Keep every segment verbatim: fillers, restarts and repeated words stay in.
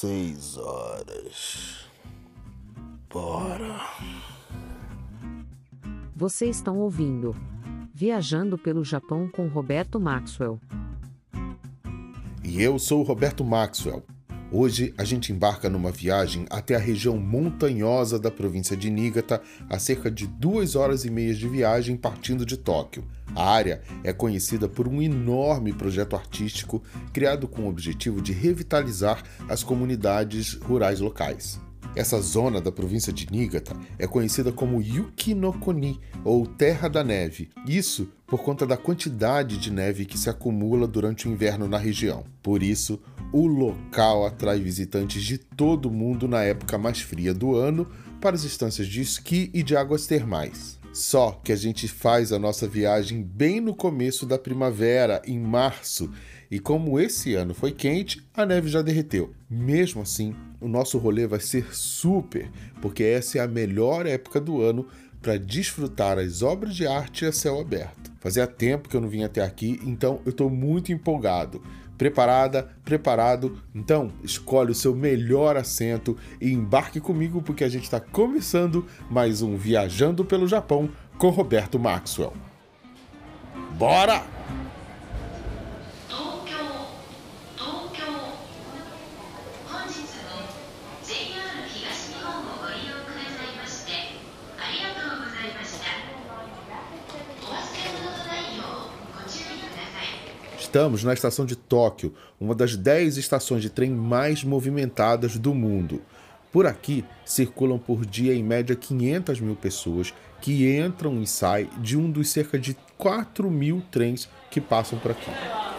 Seis horas. Bora. Vocês estão ouvindo Viajando pelo Japão com Roberto Maxwell. E eu sou o Roberto Maxwell. Hoje a gente embarca numa viagem até a região montanhosa da província de Niigata, a cerca de duas horas e meia de viagem partindo de Tóquio. A área é conhecida por um enorme projeto artístico criado com o objetivo de revitalizar as comunidades rurais locais. Essa zona da província de Niigata é conhecida como Yuki no Koni, ou Terra da Neve. Isso por conta da quantidade de neve que se acumula durante o inverno na região. Por isso, o local atrai visitantes de todo o mundo na época mais fria do ano para as estâncias de esqui e de águas termais. Só que a gente faz a nossa viagem bem no começo da primavera, em março, e como esse ano foi quente, a neve já derreteu. Mesmo assim, o nosso rolê vai ser super, porque essa é a melhor época do ano para desfrutar as obras de arte a céu aberto. Fazia tempo que eu não vim até aqui, então eu estou muito empolgado. Preparada? Preparado? Então, escolhe o seu melhor assento e embarque comigo porque a gente está começando mais um Viajando pelo Japão com Roberto Maxwell. Bora! Estamos na estação de Tóquio, uma das dez estações de trem mais movimentadas do mundo. Por aqui, circulam por dia em média quinhentas mil pessoas que entram e saem de um dos cerca de quatro mil trens que passam por aqui.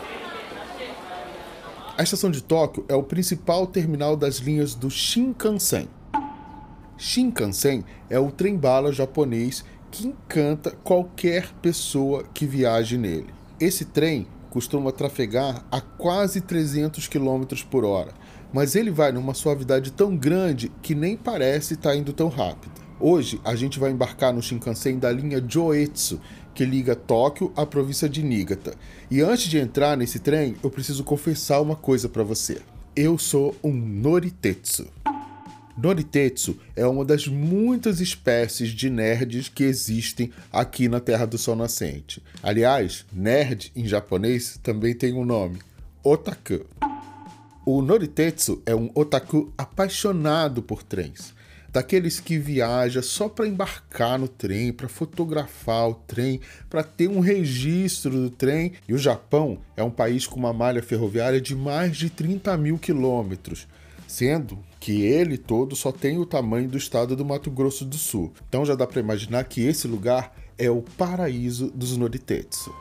A estação de Tóquio é o principal terminal das linhas do Shinkansen. Shinkansen é o trem-bala japonês que encanta qualquer pessoa que viaje nele. Esse trem costuma trafegar a quase trezentos quilômetros por hora, mas ele vai numa suavidade tão grande que nem parece estar indo tão rápido. Hoje a gente vai embarcar no Shinkansen da linha Joetsu, que liga Tóquio à província de Niigata. E antes de entrar nesse trem, eu preciso confessar uma coisa para você. Eu sou um Noritetsu. Noritetsu é uma das muitas espécies de nerds que existem aqui na Terra do Sol Nascente. Aliás, nerd em japonês também tem um nome, otaku. O Noritetsu é um otaku apaixonado por trens, daqueles que viaja só para embarcar no trem, para fotografar o trem, para ter um registro do trem. E o Japão é um país com uma malha ferroviária de mais de trinta mil quilômetros, sendo que ele todo só tem o tamanho do estado do Mato Grosso do Sul. Então já dá para imaginar que esse lugar é o paraíso dos Noritetsu.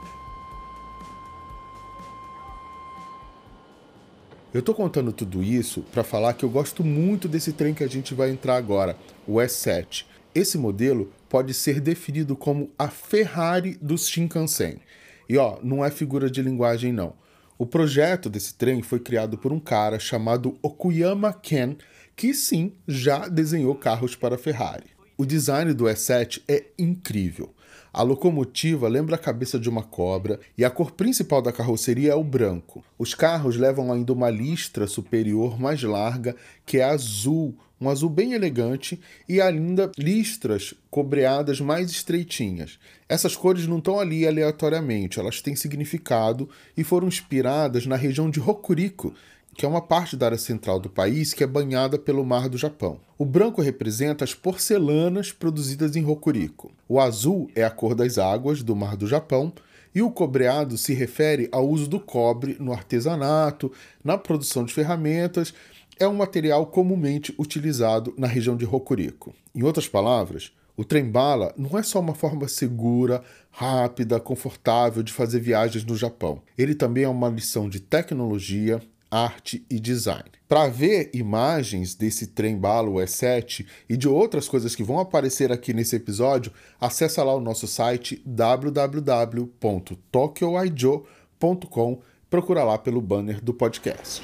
Eu tô contando tudo isso para falar que eu gosto muito desse trem que a gente vai entrar agora, o E sete. Esse modelo pode ser definido como a Ferrari dos Shinkansen. E ó, não é figura de linguagem não. O projeto desse trem foi criado por um cara chamado Okuyama Ken, que sim, já desenhou carros para a Ferrari. O design do E sete é incrível. A locomotiva lembra a cabeça de uma cobra e a cor principal da carroceria é o branco. Os carros levam ainda uma listra superior mais larga, que é azul, um azul bem elegante, e ainda listras cobreadas mais estreitinhas. Essas cores não estão ali aleatoriamente, elas têm significado e foram inspiradas na região de Hokuriku, que é uma parte da área central do país que é banhada pelo Mar do Japão. O branco representa as porcelanas produzidas em Hokuriku. O azul é a cor das águas do Mar do Japão e o cobreado se refere ao uso do cobre no artesanato, na produção de ferramentas. É um material comumente utilizado na região de Hokuriku. Em outras palavras, o trem-bala não é só uma forma segura, rápida, confortável de fazer viagens no Japão. Ele também é uma lição de tecnologia, arte e design. Para ver imagens desse trem-bala, o E sete, e de outras coisas que vão aparecer aqui nesse episódio, acessa lá o nosso site w w w ponto tokyoijo ponto com, procura lá pelo banner do podcast.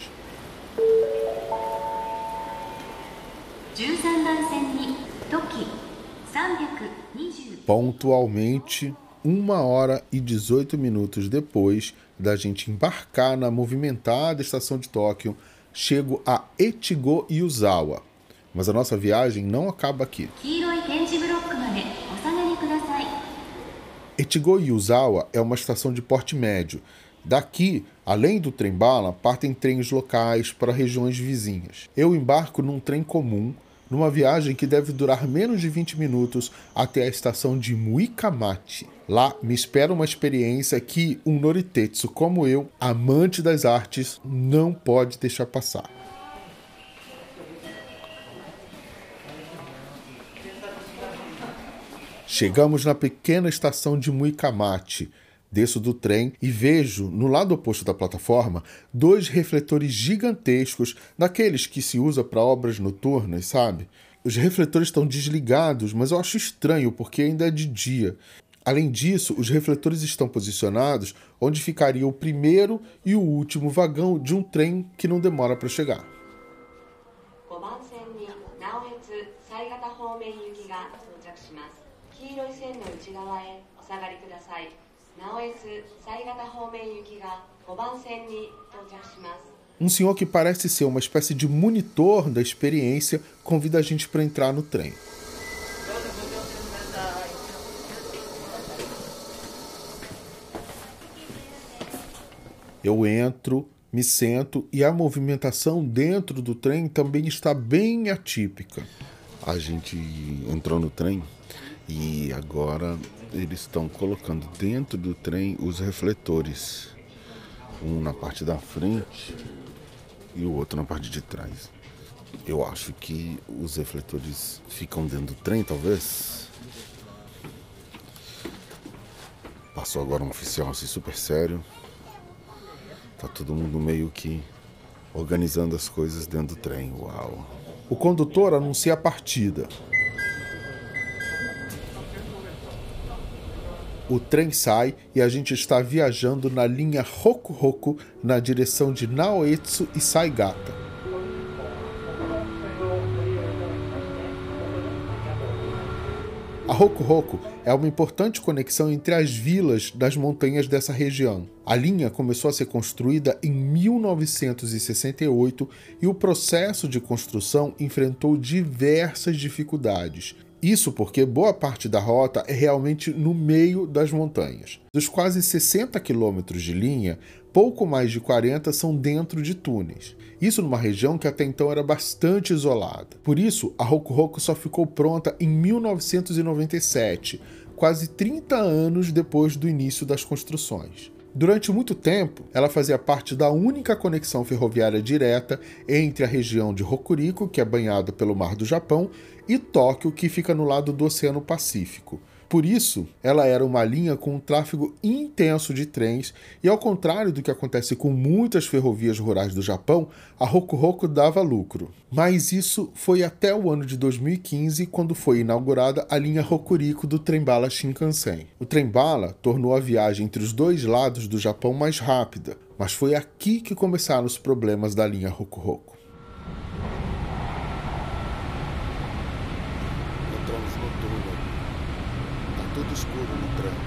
Pontualmente, uma hora e dezoito minutos depois da gente embarcar na movimentada estação de Tóquio, chego a Echigo-Yuzawa. Mas a nossa viagem não acaba aqui. Echigo-Yuzawa é uma estação de porte médio. Daqui, além do trem-bala, partem trens locais para regiões vizinhas. Eu embarco num trem comum, numa viagem que deve durar menos de vinte minutos até a estação de Muikamachi. Lá me espera uma experiência que um noritetsu como eu, amante das artes, não pode deixar passar. Chegamos na pequena estação de Muikamachi. Desço do trem e vejo, no lado oposto da plataforma, dois refletores gigantescos, daqueles que se usa para obras noturnas, sabe? Os refletores estão desligados, mas eu acho estranho porque ainda é de dia. Além disso, os refletores estão posicionados onde ficaria o primeiro e o último vagão de um trem que não demora para chegar. Um senhor que parece ser uma espécie de monitor da experiência convida a gente para entrar no trem. Eu entro, me sento e a movimentação dentro do trem também está bem atípica. A gente entrou no trem e agora eles estão colocando dentro do trem os refletores. Um na parte da frente e o outro na parte de trás. Eu acho que os refletores ficam dentro do trem, talvez. Passou agora um oficial assim super sério. Tá todo mundo meio que organizando as coisas dentro do trem. Uau! O condutor anuncia a partida. O trem sai e a gente está viajando na linha Hokuhoku na direção de Naoetsu e Saigata. A Hokuhoku é uma importante conexão entre as vilas das montanhas dessa região. A linha começou a ser construída em mil novecentos e sessenta e oito e o processo de construção enfrentou diversas dificuldades. Isso porque boa parte da rota é realmente no meio das montanhas. Dos quase sessenta quilômetros de linha, pouco mais de quarenta são dentro de túneis. Isso numa região que até então era bastante isolada. Por isso, a Hokuhoku só ficou pronta em mil novecentos e noventa e sete, quase trinta anos depois do início das construções. Durante muito tempo, ela fazia parte da única conexão ferroviária direta entre a região de Hokuriku, que é banhada pelo Mar do Japão, e Tóquio, que fica no lado do Oceano Pacífico. Por isso, ela era uma linha com um tráfego intenso de trens e, ao contrário do que acontece com muitas ferrovias rurais do Japão, a Hokuhoku dava lucro. Mas isso foi até o ano de dois mil e quinze, quando foi inaugurada a linha Hokuriku do trem-bala Shinkansen. O trem-bala tornou a viagem entre os dois lados do Japão mais rápida, mas foi aqui que começaram os problemas da linha Hokuhoku. Entramos no túnel. Tá tudo escuro no trem.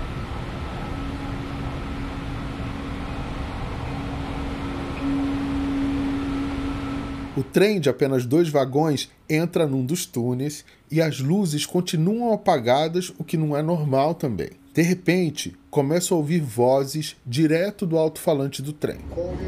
O trem de apenas dois vagões entra num dos túneis e as luzes continuam apagadas, o que não é normal também. De repente, começo a ouvir vozes direto do alto-falante do trem.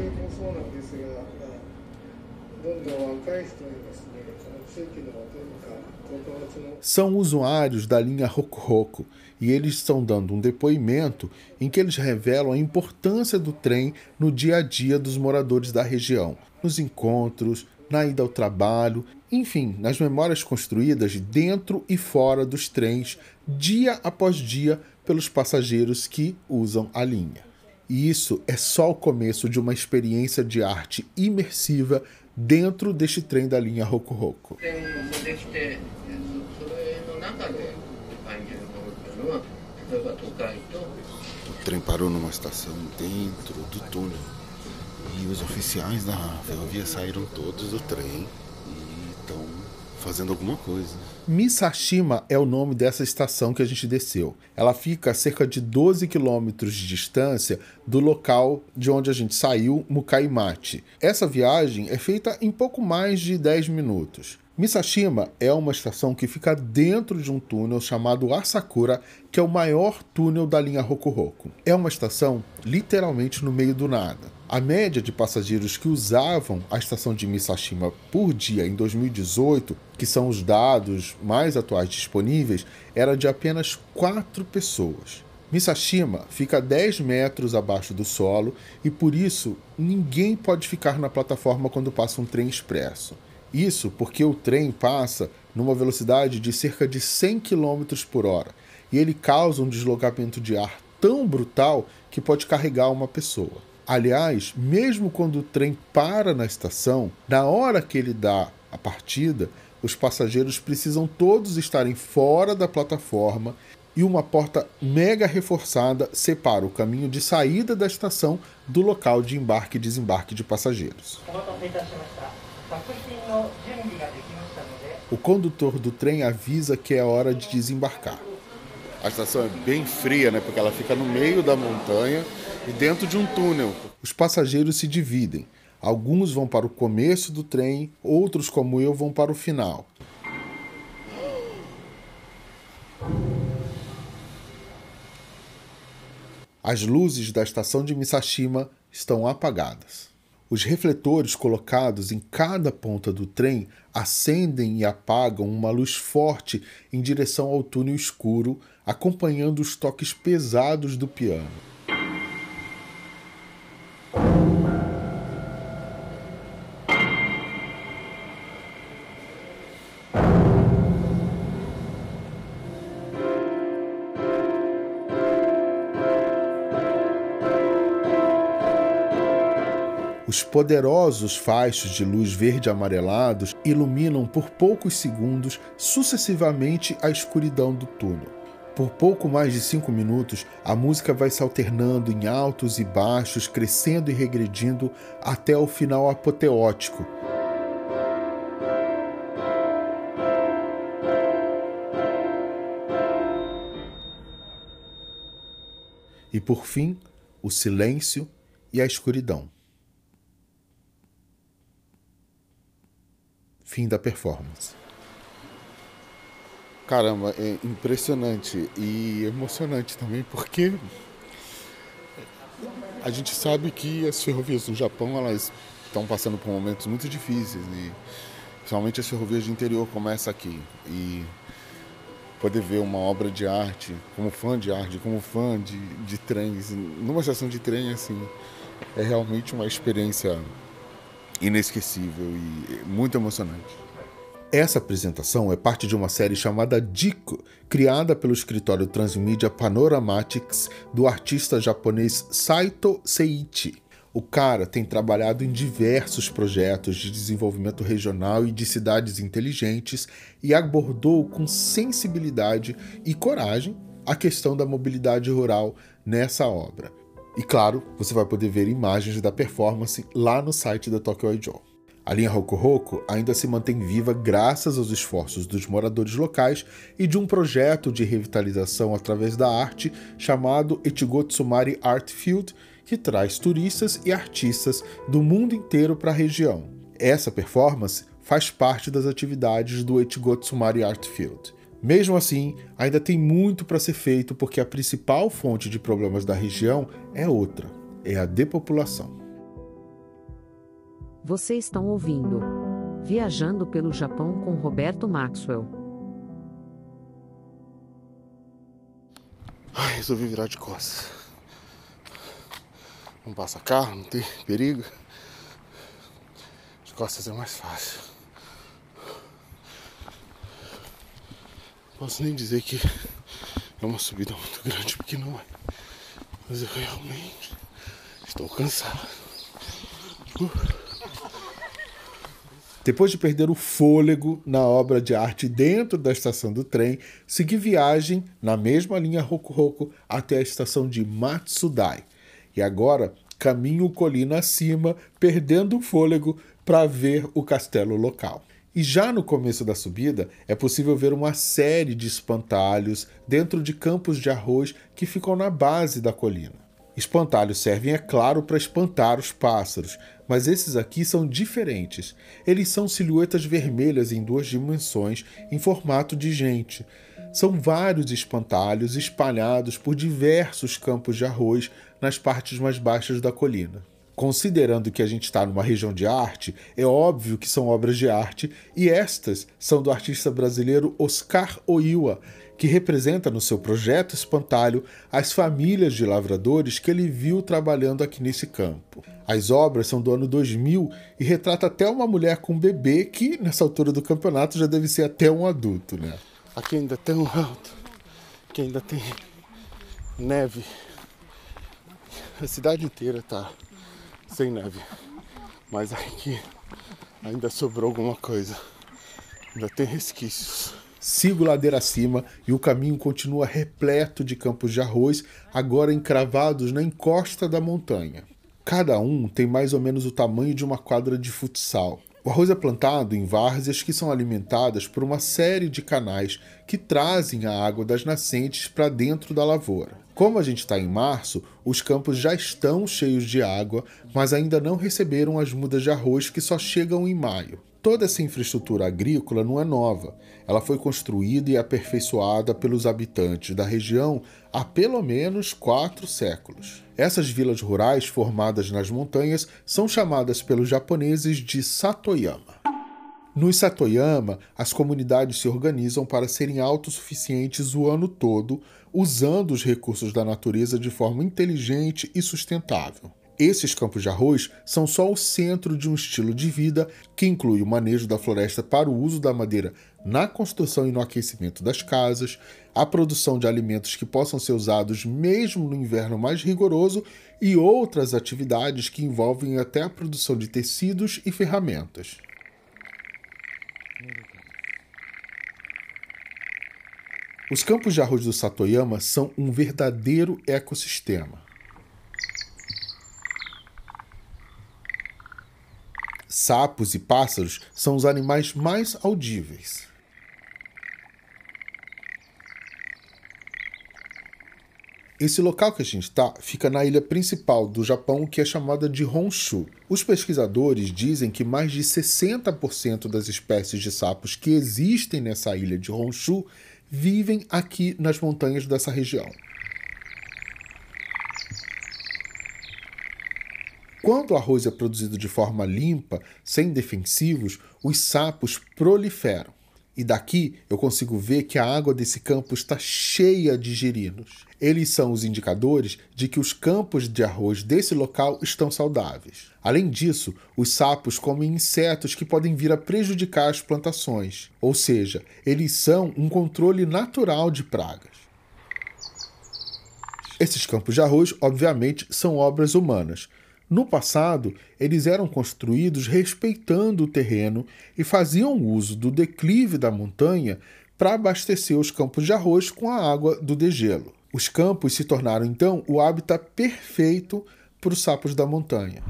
São usuários da linha Hokuhoku e eles estão dando um depoimento em que eles revelam a importância do trem no dia a dia dos moradores da região, nos encontros, na ida ao trabalho, enfim, nas memórias construídas dentro e fora dos trens, dia após dia, pelos passageiros que usam a linha. E isso é só o começo de uma experiência de arte imersiva dentro deste trem da linha Hokuhoku. O trem parou numa estação dentro do túnel e os oficiais da ferrovia saíram todos do trem e estão fazendo alguma coisa. Misashima é o nome dessa estação que a gente desceu. Ela fica a cerca de doze quilômetros de distância do local de onde a gente saiu, Mukaimachi. Essa viagem é feita em pouco mais de dez minutos. Misashima é uma estação que fica dentro de um túnel chamado Asakura, que é o maior túnel da linha Rokuroku. É uma estação literalmente no meio do nada. A média de passageiros que usavam a estação de Misashima por dia em dois mil e dezoito, que são os dados mais atuais disponíveis, era de apenas quatro pessoas. Misashima fica a dez metros abaixo do solo e, por isso, ninguém pode ficar na plataforma quando passa um trem expresso. Isso porque o trem passa numa velocidade de cerca de cem quilômetros por hora e ele causa um deslocamento de ar tão brutal que pode carregar uma pessoa. Aliás, mesmo quando o trem para na estação, na hora que ele dá a partida, os passageiros precisam todos estarem fora da plataforma e uma porta mega reforçada separa o caminho de saída da estação do local de embarque e desembarque de passageiros. O condutor do trem avisa que é hora de desembarcar. A estação é bem fria, né? Porque ela fica no meio da montanha e dentro de um túnel. Os passageiros se dividem. Alguns vão para o começo do trem, outros, como eu, vão para o final. As luzes da estação de Misashima estão apagadas. Os refletores colocados em cada ponta do trem acendem e apagam uma luz forte em direção ao túnel escuro, acompanhando os toques pesados do piano. Os poderosos faixos de luz verde-amarelados iluminam por poucos segundos sucessivamente a escuridão do túnel. Por pouco mais de cinco minutos, a música vai se alternando em altos e baixos, crescendo e regredindo até o final apoteótico. E por fim, o silêncio e a escuridão. Fim da performance. Caramba, é impressionante e emocionante também, porque a gente sabe que as ferrovias no Japão, elas estão passando por momentos muito difíceis, e principalmente as ferrovias de interior começam aqui. E poder ver uma obra de arte, como fã de arte, como fã de, de trens, numa estação de trem, assim, é realmente uma experiência inesquecível e muito emocionante. Essa apresentação é parte de uma série chamada Dico, criada pelo escritório Transmídia Panoramatics do artista japonês Saito Seiichi. O cara tem trabalhado em diversos projetos de desenvolvimento regional e de cidades inteligentes e abordou com sensibilidade e coragem a questão da mobilidade rural nessa obra. E claro, você vai poder ver imagens da performance lá no site da Tokyo Eijo. A linha Rokuroku ainda se mantém viva graças aos esforços dos moradores locais e de um projeto de revitalização através da arte chamado Echigo Tsumari Art Field, que traz turistas e artistas do mundo inteiro para a região. Essa performance faz parte das atividades do Echigo Tsumari Art Field. Mesmo assim, ainda tem muito para ser feito porque a principal fonte de problemas da região é outra, é a depopulação. Vocês estão ouvindo Viajando pelo Japão com Roberto Maxwell. Ai, resolvi virar de costas. Não passa carro, não tem perigo. De costas é mais fácil. Posso nem dizer que é uma subida muito grande, porque não é. Mas eu realmente estou cansado. Uh. Depois de perder o fôlego na obra de arte dentro da estação do trem, segui viagem na mesma linha Rokuroku até a estação de Matsudai. E agora caminho colina acima, perdendo o fôlego para ver o castelo local. E já no começo da subida, é possível ver uma série de espantalhos dentro de campos de arroz que ficam na base da colina. Espantalhos servem, é claro, para espantar os pássaros, mas esses aqui são diferentes. Eles são silhuetas vermelhas em duas dimensões, em formato de gente. São vários espantalhos espalhados por diversos campos de arroz nas partes mais baixas da colina. Considerando que a gente está numa região de arte, é óbvio que são obras de arte, e estas são do artista brasileiro Oscar Oiwa, que representa no seu projeto Espantalho as famílias de lavradores que ele viu trabalhando aqui nesse campo. As obras são do ano dois mil e retrata até uma mulher com um bebê que, nessa altura do campeonato, já deve ser até um adulto, né? Aqui ainda é tão alto que ainda tem neve. A cidade inteira tá sem neve, mas aqui ainda sobrou alguma coisa. Ainda tem resquícios. Sigo ladeira acima e o caminho continua repleto de campos de arroz, agora encravados na encosta da montanha. Cada um tem mais ou menos o tamanho de uma quadra de futsal. O arroz é plantado em várzeas que são alimentadas por uma série de canais que trazem a água das nascentes para dentro da lavoura. Como a gente está em março, os campos já estão cheios de água, mas ainda não receberam as mudas de arroz que só chegam em maio. Toda essa infraestrutura agrícola não é nova. Ela foi construída e aperfeiçoada pelos habitantes da região há pelo menos quatro séculos. Essas vilas rurais formadas nas montanhas são chamadas pelos japoneses de Satoyama. Nos Satoyama, as comunidades se organizam para serem autossuficientes o ano todo, usando os recursos da natureza de forma inteligente e sustentável. Esses campos de arroz são só o centro de um estilo de vida que inclui o manejo da floresta para o uso da madeira na construção e no aquecimento das casas, a produção de alimentos que possam ser usados mesmo no inverno mais rigoroso e outras atividades que envolvem até a produção de tecidos e ferramentas. Os campos de arroz do Satoyama são um verdadeiro ecossistema. Sapos e pássaros são os animais mais audíveis. Esse local que a gente está fica na ilha principal do Japão, que é chamada de Honshu. Os pesquisadores dizem que mais de sessenta por cento das espécies de sapos que existem nessa ilha de Honshu vivem aqui nas montanhas dessa região. Quando o arroz é produzido de forma limpa, sem defensivos, os sapos proliferam. E daqui eu consigo ver que a água desse campo está cheia de girinos. Eles são os indicadores de que os campos de arroz desse local estão saudáveis. Além disso, os sapos comem insetos que podem vir a prejudicar as plantações. Ou seja, eles são um controle natural de pragas. Esses campos de arroz, obviamente, são obras humanas. No passado, eles eram construídos respeitando o terreno e faziam uso do declive da montanha para abastecer os campos de arroz com a água do degelo. Os campos se tornaram, então, o hábitat perfeito para os sapos da montanha.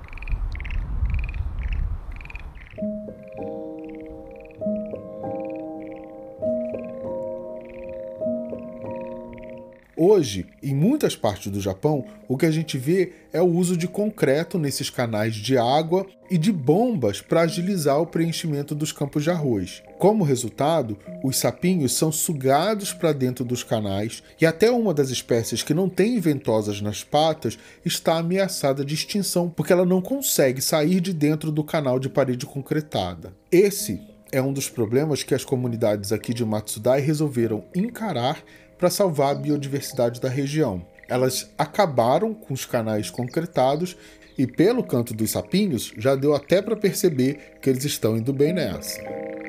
Hoje, em muitas partes do Japão, o que a gente vê é o uso de concreto nesses canais de água e de bombas para agilizar o preenchimento dos campos de arroz. Como resultado, os sapinhos são sugados para dentro dos canais e até uma das espécies que não tem ventosas nas patas está ameaçada de extinção porque ela não consegue sair de dentro do canal de parede concretada. Esse é um dos problemas que as comunidades aqui de Matsudai resolveram encarar para salvar a biodiversidade da região. Elas acabaram com os canais concretados e, pelo canto dos sapinhos, já deu até para perceber que eles estão indo bem nessa.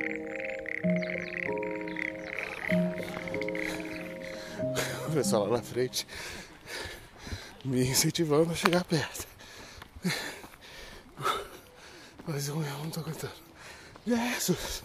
O pessoal lá na frente me incentivando a chegar perto. Mas eu não tô aguentando. Jesus!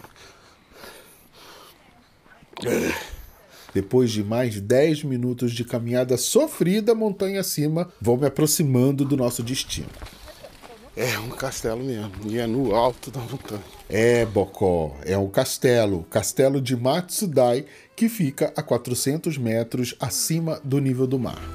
Depois de mais dez minutos de caminhada sofrida montanha acima, vou me aproximando do nosso destino. É um castelo mesmo, e é no alto da montanha. É, Bocó, é um castelo, Castelo de Matsudai, que fica a quatrocentos metros acima do nível do mar.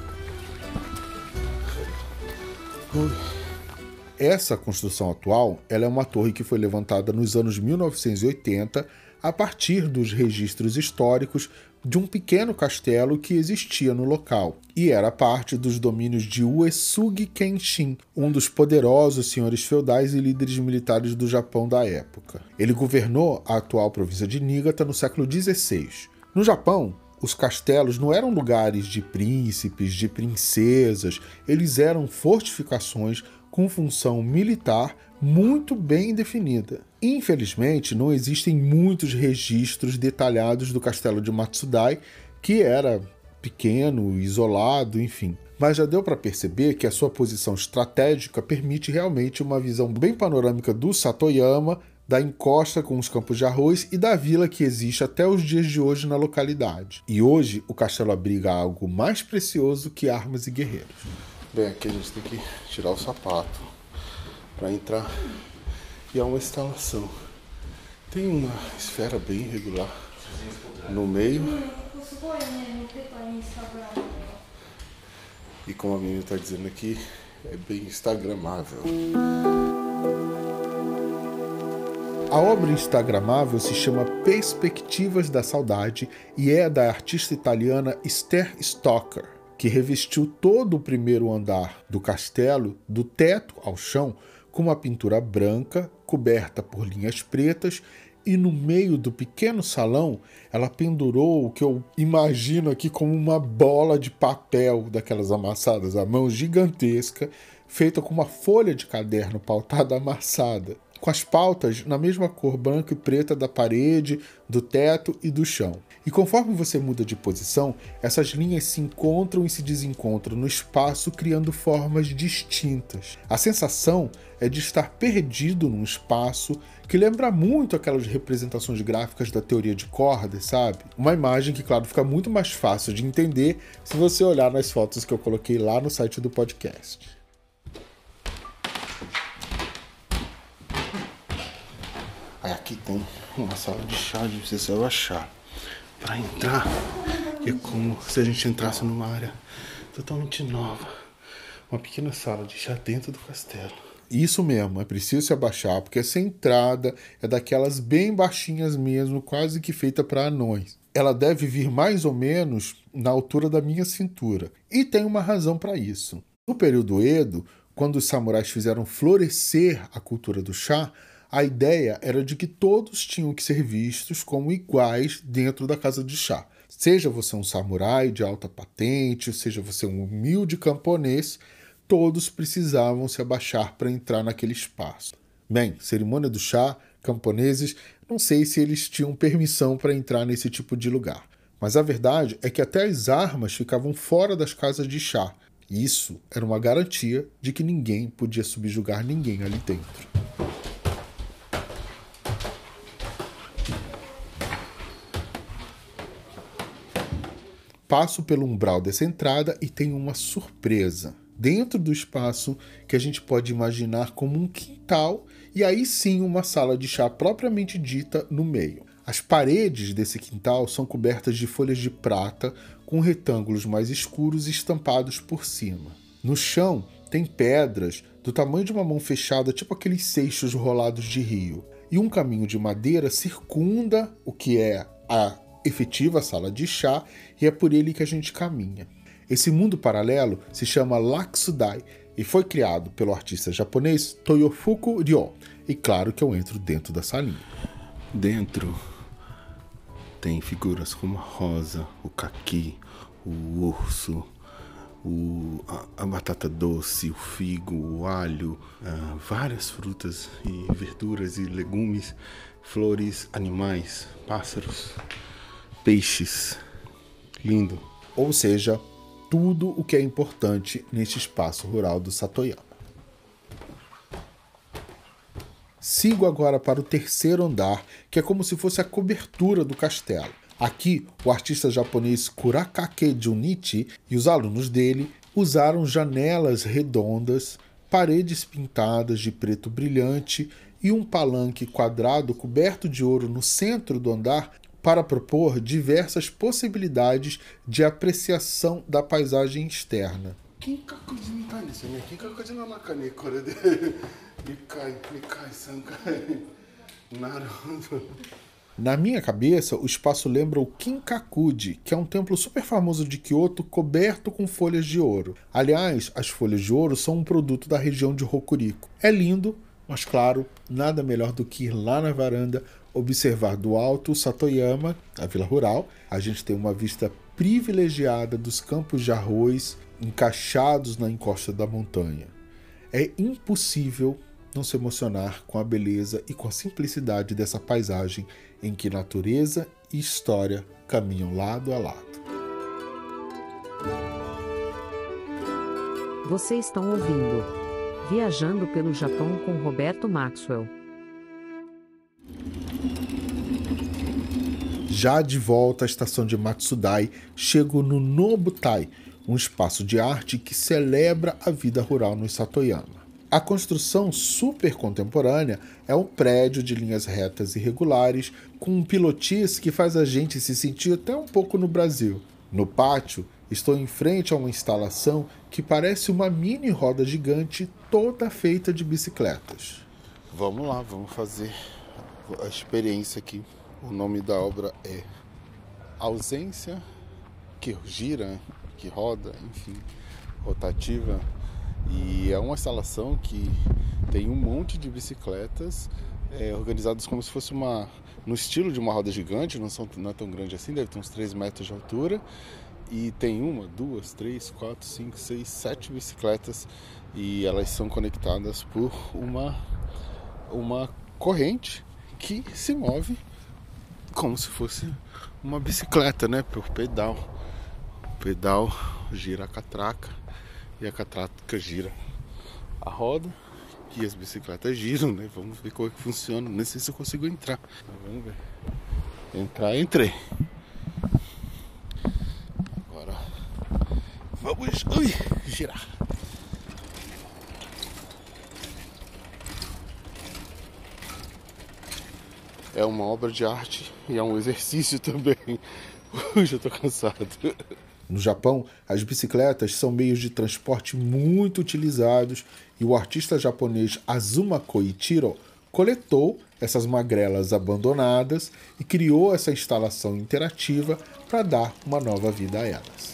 Ui. Essa construção atual, ela é uma torre que foi levantada nos anos mil novecentos e oitenta a partir dos registros históricos de um pequeno castelo que existia no local, e era parte dos domínios de Uesugi Kenshin, um dos poderosos senhores feudais e líderes militares do Japão da época. Ele governou a atual província de Niigata no século dezesseis. No Japão, os castelos não eram lugares de príncipes, de princesas, eles eram fortificações com função militar muito bem definida. Infelizmente, não existem muitos registros detalhados do castelo de Matsudai, que era pequeno, isolado, enfim. Mas já deu para perceber que a sua posição estratégica permite realmente uma visão bem panorâmica do Satoyama, da encosta com os campos de arroz e da vila que existe até os dias de hoje na localidade. E hoje o castelo abriga algo mais precioso que armas e guerreiros. Bem, aqui a gente tem que tirar o sapato para entrar, e é uma instalação. Tem uma esfera bem irregular no meio. E como a menina está dizendo aqui, é bem instagramável. A obra instagramável se chama Perspectivas da Saudade e é da artista italiana Esther Stocker, que revestiu todo o primeiro andar do castelo, do teto ao chão, com uma pintura branca, coberta por linhas pretas, e no meio do pequeno salão ela pendurou o que eu imagino aqui como uma bola de papel daquelas amassadas à mão gigantesca, feita com uma folha de caderno pautada amassada, com as pautas na mesma cor branca e preta da parede, do teto e do chão. E conforme você muda de posição, essas linhas se encontram e se desencontram no espaço, criando formas distintas. A sensação é de estar perdido num espaço que lembra muito aquelas representações gráficas da teoria de cordas, sabe? Uma imagem que, claro, fica muito mais fácil de entender se você olhar nas fotos que eu coloquei lá no site do podcast. Aí aqui tem uma sala de chá de você se abaixar. Para entrar, é como se a gente entrasse numa área totalmente nova. Uma pequena sala de chá dentro do castelo. Isso mesmo, é preciso se abaixar, porque essa entrada é daquelas bem baixinhas mesmo, quase que feita para anões. Ela deve vir mais ou menos na altura da minha cintura. E tem uma razão para isso. No período Edo, quando os samurais fizeram florescer a cultura do chá, a ideia era de que todos tinham que ser vistos como iguais dentro da casa de chá. Seja você um samurai de alta patente, seja você um humilde camponês, todos precisavam se abaixar para entrar naquele espaço. Bem, cerimônia do chá, camponeses, não sei se eles tinham permissão para entrar nesse tipo de lugar. Mas a verdade é que até as armas ficavam fora das casas de chá. Isso era uma garantia de que ninguém podia subjugar ninguém ali dentro. Passo pelo umbral dessa entrada e tem uma surpresa. Dentro do espaço que a gente pode imaginar como um quintal e aí sim uma sala de chá propriamente dita no meio. As paredes desse quintal são cobertas de folhas de prata com retângulos mais escuros estampados por cima. No chão tem pedras do tamanho de uma mão fechada, tipo aqueles seixos rolados de rio. E um caminho de madeira circunda o que é a efetiva sala de chá e é por ele que a gente caminha. Esse mundo paralelo se chama Laksudai e foi criado pelo artista japonês Toyofuku Ryo. E claro que eu entro dentro da salinha. Dentro tem figuras como a rosa, o caqui, o urso, o, a, a batata doce, o figo, o alho, uh, várias frutas e verduras e legumes, flores, animais, pássaros, peixes. Lindo. Ou seja, tudo o que é importante neste espaço rural do Satoyama. Sigo agora para o terceiro andar, que é como se fosse a cobertura do castelo. Aqui, o artista japonês Kurakake Junichi e os alunos dele usaram janelas redondas paredes pintadas de preto brilhante e um palanque quadrado coberto de ouro no centro do andar para propor diversas possibilidades de apreciação da paisagem externa. Na minha cabeça, o espaço lembra o Kinkakuji, que é um templo super famoso de Kyoto coberto com folhas de ouro. Aliás, as folhas de ouro são um produto da região de Hokuriku. É lindo, mas claro, nada melhor do que ir lá na varanda, observar do alto o Satoyama, a vila rural. A gente tem uma vista privilegiada dos campos de arroz encaixados na encosta da montanha. É impossível não se emocionar com a beleza e com a simplicidade dessa paisagem em que natureza e história caminham lado a lado. Vocês estão ouvindo Viajando pelo Japão com Roberto Maxwell. Já de volta à estação de Matsudai, chego no Nobutai, um espaço de arte que celebra a vida rural no Satoyama. A construção super contemporânea é um prédio de linhas retas e regulares, com um pilotis que faz a gente se sentir até um pouco no Brasil. No pátio, estou em frente a uma instalação que parece uma mini roda gigante toda feita de bicicletas. Vamos lá, vamos fazer a experiência aqui. O nome da obra é Ausência, que gira, que roda, enfim, rotativa. E é uma instalação que tem um monte de bicicletas é, organizadas como se fosse uma... no estilo de uma roda gigante, não, são, não é tão grande assim, deve ter uns três metros de altura. E tem uma, duas, três, quatro, cinco, seis, sete bicicletas. E elas são conectadas por uma, uma corrente que se move como se fosse uma bicicleta, né? Por pedal. O pedal gira a catraca e a catraca gira a roda e as bicicletas giram, né? Vamos ver como é que funciona. Nem sei se eu consigo entrar. Vamos ver. Entrar, entrei. Agora vamos ui, girar. É uma obra de arte e é um exercício também. Hoje eu tô cansado. No Japão, as bicicletas são meios de transporte muito utilizados e o artista japonês Azuma Koichiro coletou essas magrelas abandonadas e criou essa instalação interativa para dar uma nova vida a elas.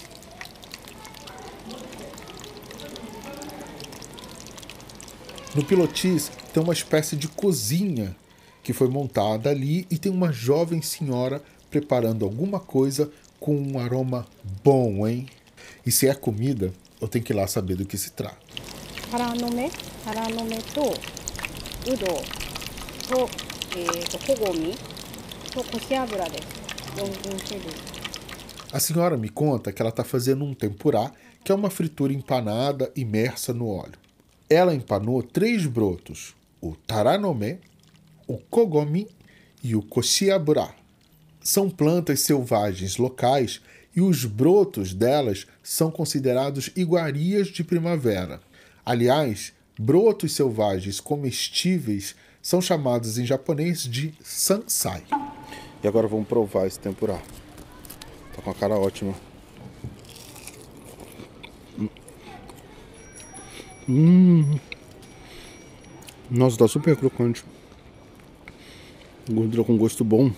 No pilotis tem uma espécie de cozinha que foi montada ali e tem uma jovem senhora preparando alguma coisa com um aroma bom, hein? E se é comida, eu tenho que ir lá saber do que se trata. Haranome, haranome to udo to kogomi to koshiabura desu. A senhora me conta que ela está fazendo um tempurá, que é uma fritura empanada imersa no óleo. Ela empanou três brotos, o taranome, o kogomi e o koshiabura. São plantas selvagens locais e os brotos delas são considerados iguarias de primavera. Aliás, brotos selvagens comestíveis são chamados em japonês de sansai. E agora vamos provar esse tempurá. Tá com a cara ótima. Hum. Nossa, tá super crocante. Gordura com gosto bom.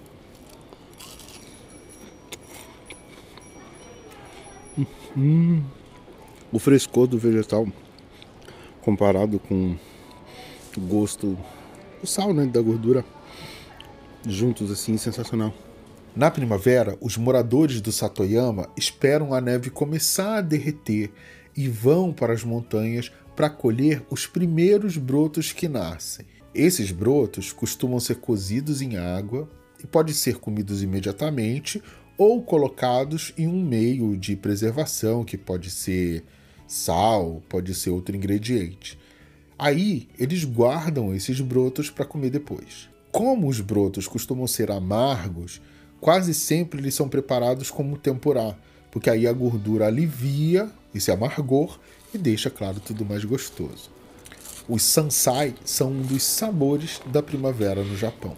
Hum. O frescor do vegetal comparado com o gosto, o sal, né, da gordura, juntos assim, sensacional. Na primavera, os moradores do Satoyama esperam a neve começar a derreter e vão para as montanhas para colher os primeiros brotos que nascem. Esses brotos costumam ser cozidos em água e podem ser comidos imediatamente ou colocados em um meio de preservação, que pode ser sal, pode ser outro ingrediente. Aí, eles guardam esses brotos para comer depois. Como os brotos costumam ser amargos, quase sempre eles são preparados como tempurá, porque aí a gordura alivia esse amargor e deixa, claro, tudo mais gostoso. Os sansai são um dos sabores da primavera no Japão.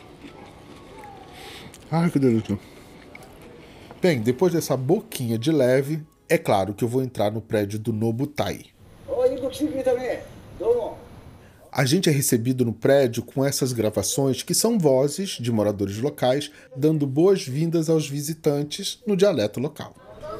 Ai, que delícia. Bem, depois dessa boquinha de leve, é claro que eu vou entrar no prédio do Nobutai. A gente é recebido no prédio com essas gravações que são vozes de moradores locais dando boas-vindas aos visitantes no dialeto local.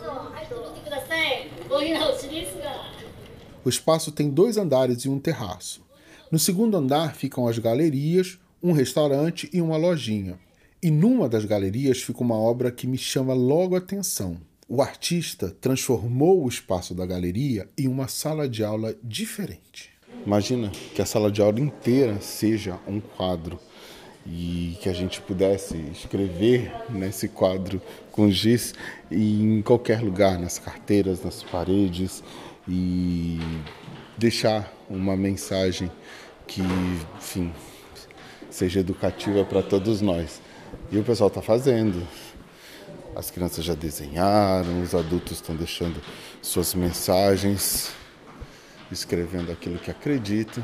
O espaço tem dois andares e um terraço. No segundo andar ficam as galerias, um restaurante e uma lojinha. E numa das galerias fica uma obra que me chama logo a atenção. O artista transformou o espaço da galeria em uma sala de aula diferente. Imagina que a sala de aula inteira seja um quadro e que a gente pudesse escrever nesse quadro com giz em qualquer lugar, nas carteiras, nas paredes, e deixar uma mensagem que, enfim, seja educativa para todos nós. E o pessoal está fazendo. As crianças já desenharam, os adultos estão deixando suas mensagens, escrevendo aquilo que acreditam.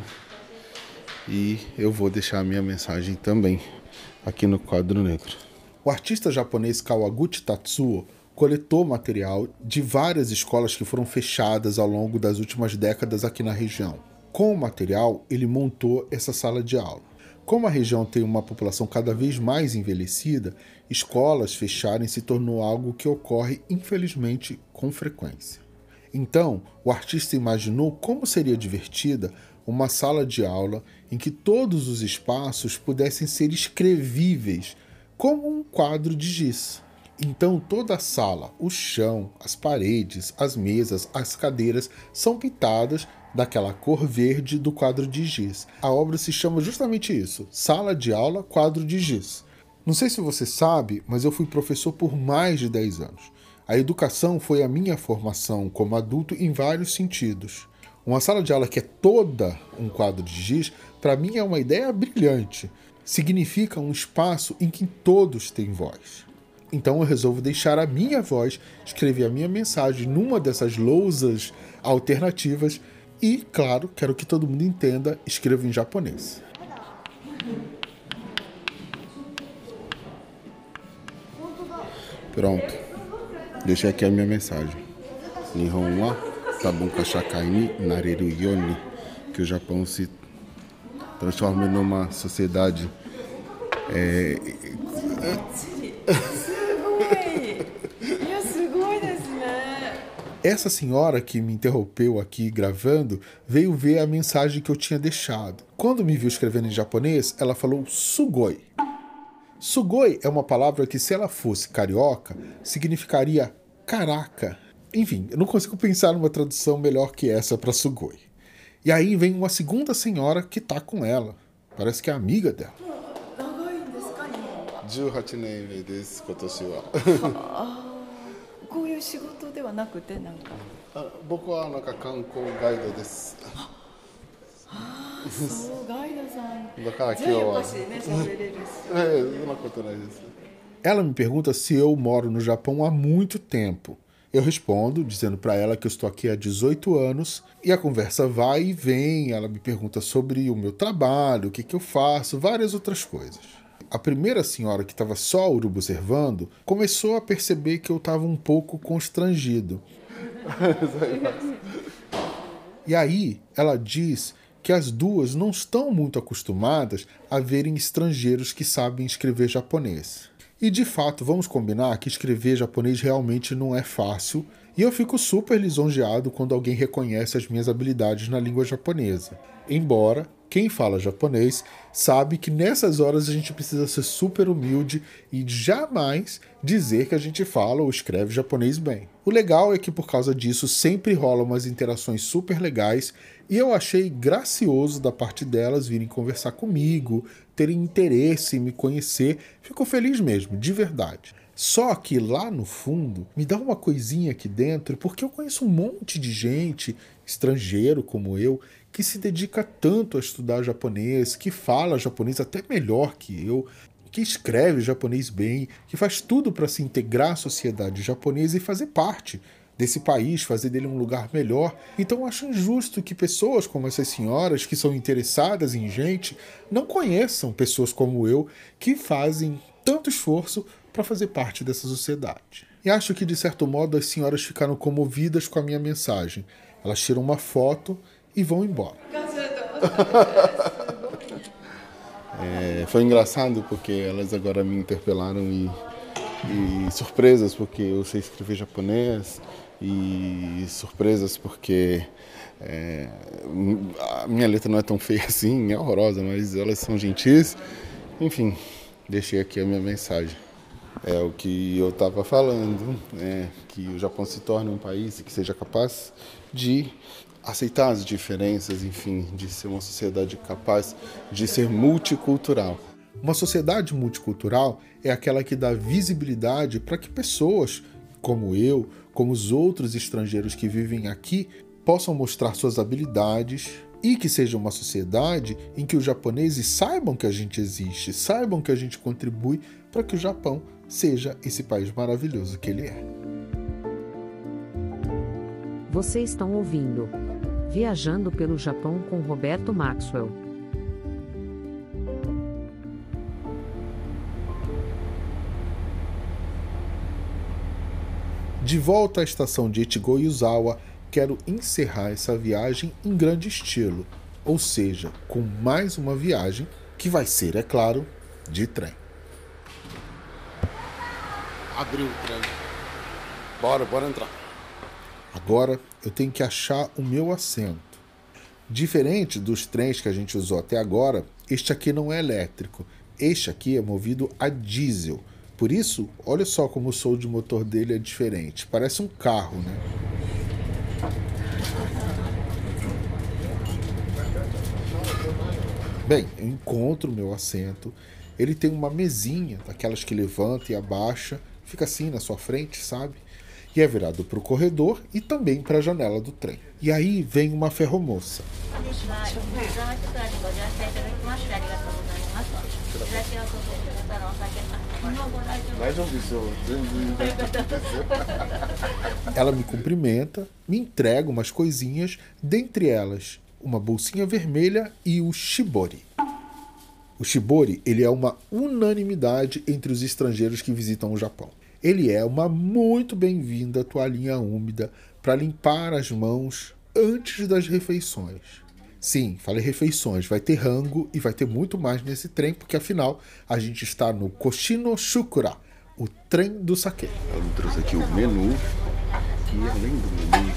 E eu vou deixar a minha mensagem também aqui no quadro negro. O artista japonês Kawaguchi Tatsuo coletou material de várias escolas que foram fechadas ao longo das últimas décadas aqui na região. Com o material, ele montou essa sala de aula. Como a região tem uma população cada vez mais envelhecida, escolas fecharem se tornou algo que ocorre, infelizmente, com frequência. Então, o artista imaginou como seria divertida uma sala de aula em que todos os espaços pudessem ser escrevíveis, como um quadro de giz. Então toda a sala, o chão, as paredes, as mesas, as cadeiras são pintadas daquela cor verde do quadro de giz. A obra se chama justamente isso, Sala de Aula, Quadro de Giz. Não sei se você sabe, mas eu fui professor por mais de dez anos. A educação foi a minha formação como adulto em vários sentidos. Uma sala de aula que é toda um quadro de giz, para mim é uma ideia brilhante. Significa um espaço em que todos têm voz. Então eu resolvo deixar a minha voz, escrever a minha mensagem numa dessas lousas alternativas e, claro, quero que todo mundo entenda, escrevo em japonês. Pronto. Deixei aqui a minha mensagem. Nihon wa Tabunka Shakai ni nareru you ni. Que o Japão se transforme numa sociedade... É... Essa senhora que me interrompeu aqui gravando veio ver a mensagem que eu tinha deixado. Quando me viu escrevendo em japonês, ela falou sugoi. Sugoi é uma palavra que, se ela fosse carioca, significaria caraca. Enfim, eu não consigo pensar numa tradução melhor que essa para sugoi. E aí vem uma segunda senhora que tá com ela. Parece que é amiga dela. dezoito年目です今年は。 こういう仕事ではなくてなんか。 僕はなんか観光ガイドです。 ああ、そうガイドさん。 だから今日じゃあよは。 かしね喋れるし。 ええ、そんなことないです。 Ela me pergunta se eu moro no Japão há muito tempo. Eu respondo, dizendo para ela que eu estou aqui há dezoito anos, e a conversa vai e vem. Ela me pergunta sobre o meu trabalho, o que, que eu faço, várias outras coisas. A primeira senhora, que estava só observando, começou a perceber que eu estava um pouco constrangido. E aí ela diz que as duas não estão muito acostumadas a verem estrangeiros que sabem escrever japonês. E de fato, vamos combinar que escrever japonês realmente não é fácil, e eu fico super lisonjeado quando alguém reconhece as minhas habilidades na língua japonesa. Embora quem fala japonês sabe que nessas horas a gente precisa ser super humilde e jamais dizer que a gente fala ou escreve japonês bem. O legal é que por causa disso sempre rolam umas interações super legais e eu achei gracioso da parte delas virem conversar comigo, terem interesse em me conhecer. Fico feliz mesmo, de verdade. Só que lá no fundo me dá uma coisinha aqui dentro, porque eu conheço um monte de gente, estrangeiro como eu, que se dedica tanto a estudar japonês, que fala japonês até melhor que eu, que escreve japonês bem, que faz tudo para se integrar à sociedade japonesa e fazer parte desse país, fazer dele um lugar melhor. Então eu acho injusto que pessoas como essas senhoras, que são interessadas em gente, não conheçam pessoas como eu, que fazem tanto esforço para fazer parte dessa sociedade. E acho que, de certo modo, as senhoras ficaram comovidas com a minha mensagem. Elas tiram uma foto e vão embora. É, foi engraçado porque elas agora me interpelaram e, e surpresas porque eu sei escrever japonês e surpresas porque é, a minha letra não é tão feia assim, é horrorosa, mas elas são gentis. Enfim, deixei aqui a minha mensagem. É o que eu estava falando, é, que o Japão se torne um país que seja capaz de aceitar as diferenças, enfim, de ser uma sociedade capaz de ser multicultural. Uma sociedade multicultural é aquela que dá visibilidade para que pessoas como eu, como os outros estrangeiros que vivem aqui, possam mostrar suas habilidades e que seja uma sociedade em que os japoneses saibam que a gente existe, saibam que a gente contribui para que o Japão seja esse país maravilhoso que ele é. Vocês estão ouvindo Viajando pelo Japão com Roberto Maxwell. De volta à estação de Echigo-Yuzawa, quero encerrar essa viagem em grande estilo, ou seja, com mais uma viagem que vai ser, é claro, de trem. Abriu o trem. Bora, bora entrar. Agora eu tenho que achar o meu assento. Diferente dos trens que a gente usou até agora, este aqui não é elétrico. Este aqui é movido a diesel. Por isso, olha só como o som de motor dele é diferente. Parece um carro, né? Bem, eu encontro o meu assento. Ele tem uma mesinha, daquelas que levanta e abaixa. Fica assim na sua frente, sabe? E é virado para o corredor e também para a janela do trem. E aí vem uma ferromoça. Ela me cumprimenta, me entrega umas coisinhas, dentre elas uma bolsinha vermelha e o shibori. O shibori, ele é uma unanimidade entre os estrangeiros que visitam o Japão. Ele é uma muito bem-vinda toalhinha úmida para limpar as mãos antes das refeições. Sim, falei refeições, vai ter rango e vai ter muito mais nesse trem, porque afinal a gente está no Koshino Shukura, o trem do sake. Ela me trouxe aqui o menu e além do menu,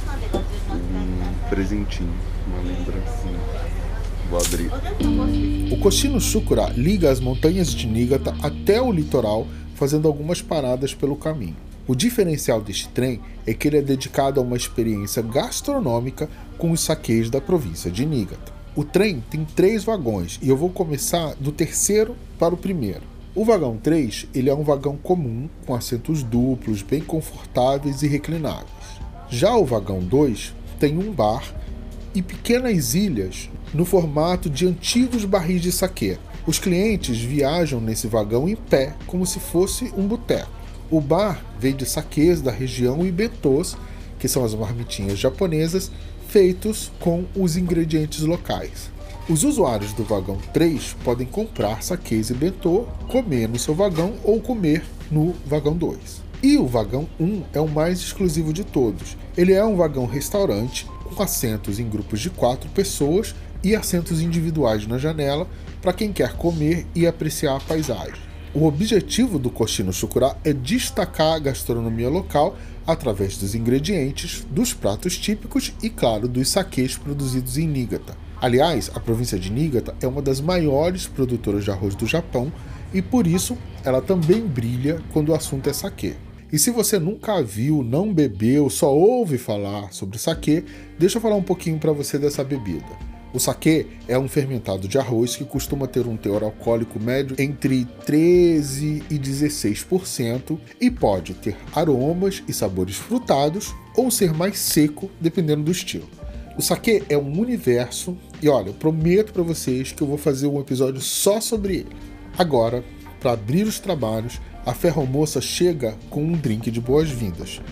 um presentinho, uma lembrancinha. Vou abrir. O Koshino Shukura liga as montanhas de Niigata até o litoral, fazendo algumas paradas pelo caminho. O diferencial deste trem é que ele é dedicado a uma experiência gastronômica com os sakês da província de Niigata. O trem tem três vagões e eu vou começar do terceiro para o primeiro. O vagão três, ele é um vagão comum, com assentos duplos, bem confortáveis e reclináveis. Já o vagão dois tem um bar e pequenas ilhas no formato de antigos barris de saquê. Os clientes viajam nesse vagão em pé, como se fosse um boteco. O bar vende saquês da região e bentôs, que são as marmitinhas japonesas, feitos com os ingredientes locais. Os usuários do vagão três podem comprar saquês e bentô, comer no seu vagão ou comer no vagão dois. E o vagão um é o mais exclusivo de todos. Ele é um vagão restaurante com assentos em grupos de quatro pessoas e assentos individuais na janela para quem quer comer e apreciar a paisagem. O objetivo do Koshino Shukura é destacar a gastronomia local através dos ingredientes, dos pratos típicos e, claro, dos sakês produzidos em Niigata. Aliás, a província de Niigata é uma das maiores produtoras de arroz do Japão e, por isso, ela também brilha quando o assunto é sakê. E se você nunca viu, não bebeu, só ouve falar sobre sakê, deixa eu falar um pouquinho para você dessa bebida. O saquê é um fermentado de arroz que costuma ter um teor alcoólico médio entre treze e dezesseis por cento e pode ter aromas e sabores frutados ou ser mais seco, dependendo do estilo. O saquê é um universo e olha, eu prometo para vocês que eu vou fazer um episódio só sobre ele. Agora, para abrir os trabalhos, a ferromoça chega com um drink de boas-vindas.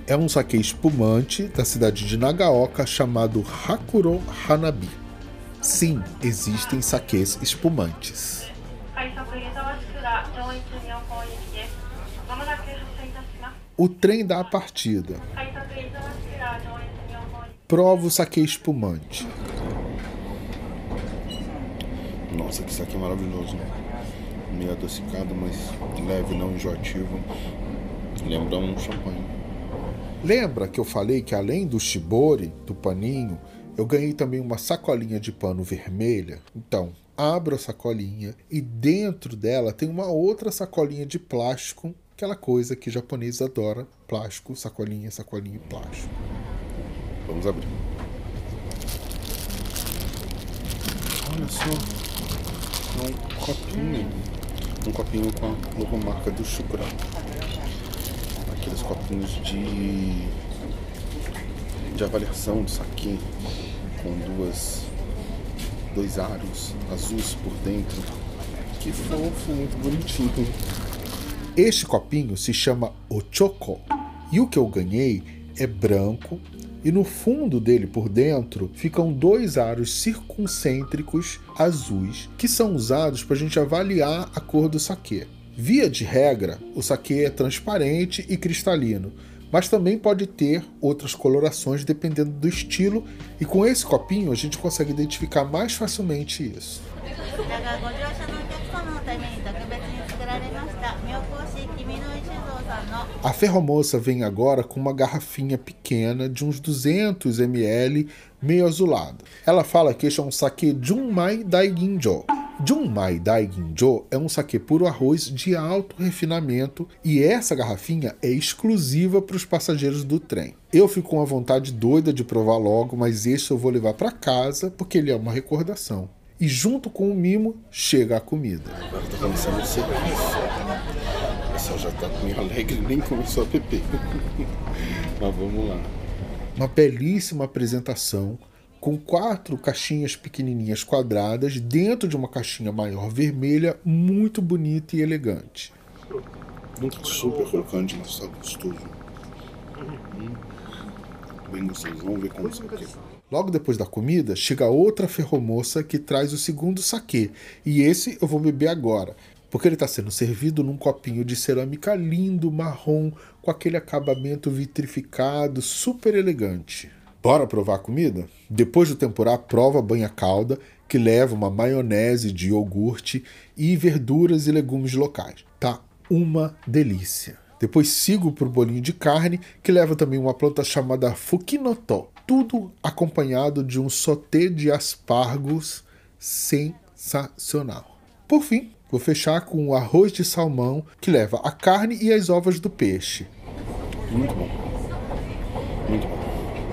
é um sake espumante da cidade de Nagaoka chamado Hakuro Hanabi. Sim, existem sakes espumantes. O trem dá a partida. Prova o sake espumante. Nossa, que sake maravilhoso. Meio adocicado, mas leve, não enjoativo. Lembra um champanhe. Lembra que eu falei que além do shibori, do paninho, eu ganhei também uma sacolinha de pano vermelha? Então, abro a sacolinha e dentro dela tem uma outra sacolinha de plástico, aquela coisa que japonês adora, plástico, sacolinha, sacolinha e plástico. Vamos abrir. Olha só, é um copinho, um copinho com a logomarca do Shukura. Aqueles copinhos de, de avaliação de sake, com duas, dois aros azuis por dentro. Que fofo, muito bonitinho. Este copinho se chama Ochoko, e o que eu ganhei é branco, e no fundo dele por dentro ficam dois aros circuncêntricos azuis, que são usados para a gente avaliar a cor do sake. Via de regra, o sake é transparente e cristalino, mas também pode ter outras colorações dependendo do estilo, e com esse copinho a gente consegue identificar mais facilmente isso. A ferromoça vem agora com uma garrafinha pequena de uns duzentos mililitros, meio azulado. Ela fala que este é um sake Junmai Daiginjo. Junmai Daiginjo é um sake puro arroz de alto refinamento e essa garrafinha é exclusiva para os passageiros do trem. Eu fico com uma vontade doida de provar logo, mas este eu vou levar para casa porque ele é uma recordação. E junto com o mimo, chega a comida. Agora tá começando o serviço. O pessoal já tá meio alegre, nem começou a beber. Mas vamos lá. Uma belíssima apresentação, com quatro caixinhas pequenininhas quadradas dentro de uma caixinha maior vermelha, muito bonita e elegante. Super crocante, mas tá gostoso. Hum. Bem gostoso, vamos ver como isso aqui. Logo depois da comida, chega outra ferromoça que traz o segundo sake, e esse eu vou beber agora, porque ele está sendo servido num copinho de cerâmica lindo, marrom, com aquele acabamento vitrificado, super elegante. Bora provar a comida? Depois do tempurá, prova a banha calda, que leva uma maionese de iogurte e verduras e legumes locais. Tá uma delícia. Depois sigo pro bolinho de carne, que leva também uma planta chamada fukinoto. Tudo acompanhado de um sauté de aspargos sensacional. Por fim, vou fechar com o arroz de salmão, que leva a carne e as ovas do peixe. Muito bom. Muito bom.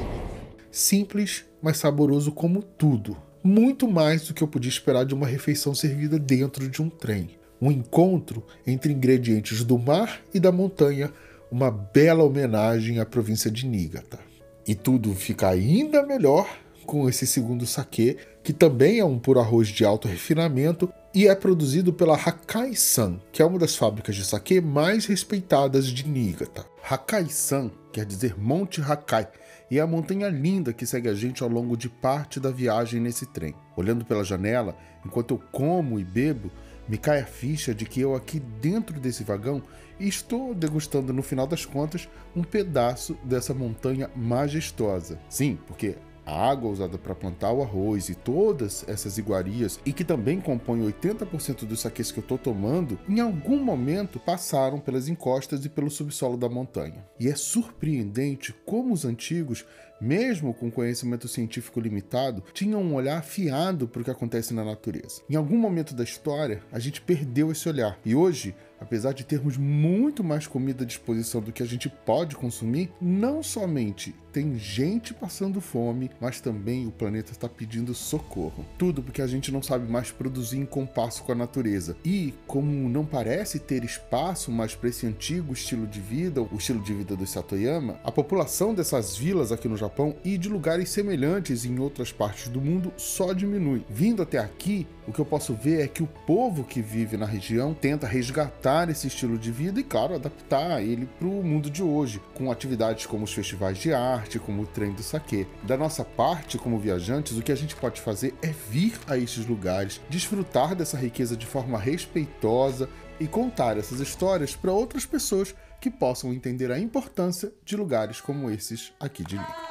Simples, mas saboroso como tudo. Muito mais do que eu podia esperar de uma refeição servida dentro de um trem. Um encontro entre ingredientes do mar e da montanha, uma bela homenagem à província de Niigata. E tudo fica ainda melhor com esse segundo sake, que também é um puro arroz de alto refinamento e é produzido pela Hakkai-san, que é uma das fábricas de sake mais respeitadas de Niigata. Hakkai-san quer dizer Monte Hakkai, e é a montanha linda que segue a gente ao longo de parte da viagem nesse trem. Olhando pela janela, enquanto eu como e bebo, me cai a ficha de que eu aqui dentro desse vagão estou degustando, no final das contas, um pedaço dessa montanha majestosa. Sim, porque a água usada para plantar o arroz e todas essas iguarias, e que também compõem oitenta por cento dos sakes que eu estou tomando, em algum momento passaram pelas encostas e pelo subsolo da montanha. E é surpreendente como os antigos, mesmo com conhecimento científico limitado, tinham um olhar afiado para o que acontece na natureza. Em algum momento da história, a gente perdeu esse olhar. E hoje, apesar de termos muito mais comida à disposição do que a gente pode consumir, não somente tem gente passando fome, mas também o planeta está pedindo socorro. Tudo porque a gente não sabe mais produzir em compasso com a natureza. E, como não parece ter espaço mais para esse antigo estilo de vida, o estilo de vida do Satoyama, a população dessas vilas aqui no Japão Japão e de lugares semelhantes em outras partes do mundo só diminui. Vindo até aqui, o que eu posso ver é que o povo que vive na região tenta resgatar esse estilo de vida e, claro, adaptar ele para o mundo de hoje, com atividades como os festivais de arte, como o trem do sake. Da nossa parte, como viajantes, o que a gente pode fazer é vir a estes lugares, desfrutar dessa riqueza de forma respeitosa e contar essas histórias para outras pessoas que possam entender a importância de lugares como esses aqui de Nikko.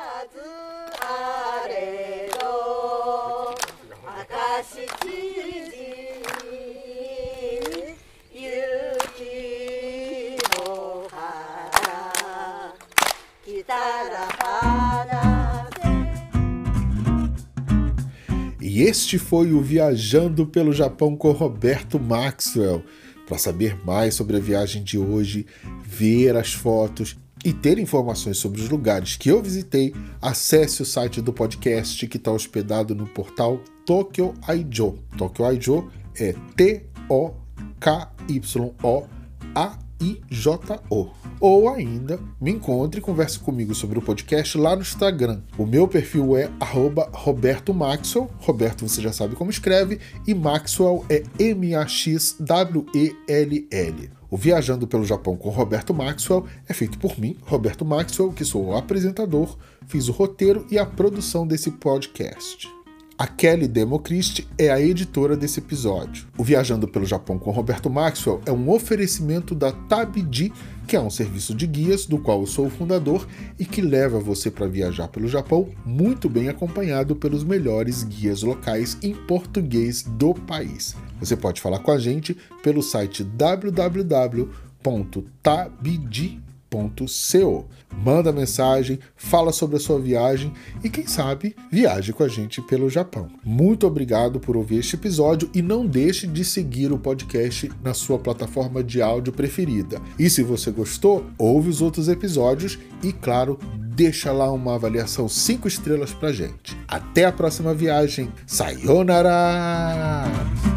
E este foi o Viajando pelo Japão com Roberto Maxwell. Para saber mais sobre a viagem de hoje, ver as fotos e ter informações sobre os lugares que eu visitei, acesse o site do podcast que está hospedado no portal Tokyo Aijo. Tokyo Aijo é T O K Y O A I J O. Ou ainda, me encontre e converse comigo sobre o podcast lá no Instagram. O meu perfil é arroba Roberto Maxwell. Roberto você já sabe como escreve. E Maxwell é M A X W E L L. O Viajando pelo Japão com Roberto Maxwell é feito por mim, Roberto Maxwell, que sou o apresentador, fiz o roteiro e a produção desse podcast. A Kelly Democristi é a editora desse episódio. O Viajando pelo Japão com Roberto Maxwell é um oferecimento da Tabidi, que é um serviço de guias do qual eu sou o fundador e que leva você para viajar pelo Japão muito bem acompanhado pelos melhores guias locais em português do país. Você pode falar com a gente pelo site w w w ponto tabidi ponto co. Manda mensagem, fala sobre a sua viagem e quem sabe viaje com a gente pelo Japão. Muito obrigado por ouvir este episódio e não deixe de seguir o podcast na sua plataforma de áudio preferida. E se você gostou, ouve os outros episódios e, claro, deixa lá uma avaliação cinco estrelas pra gente. Até a próxima viagem. Sayonara!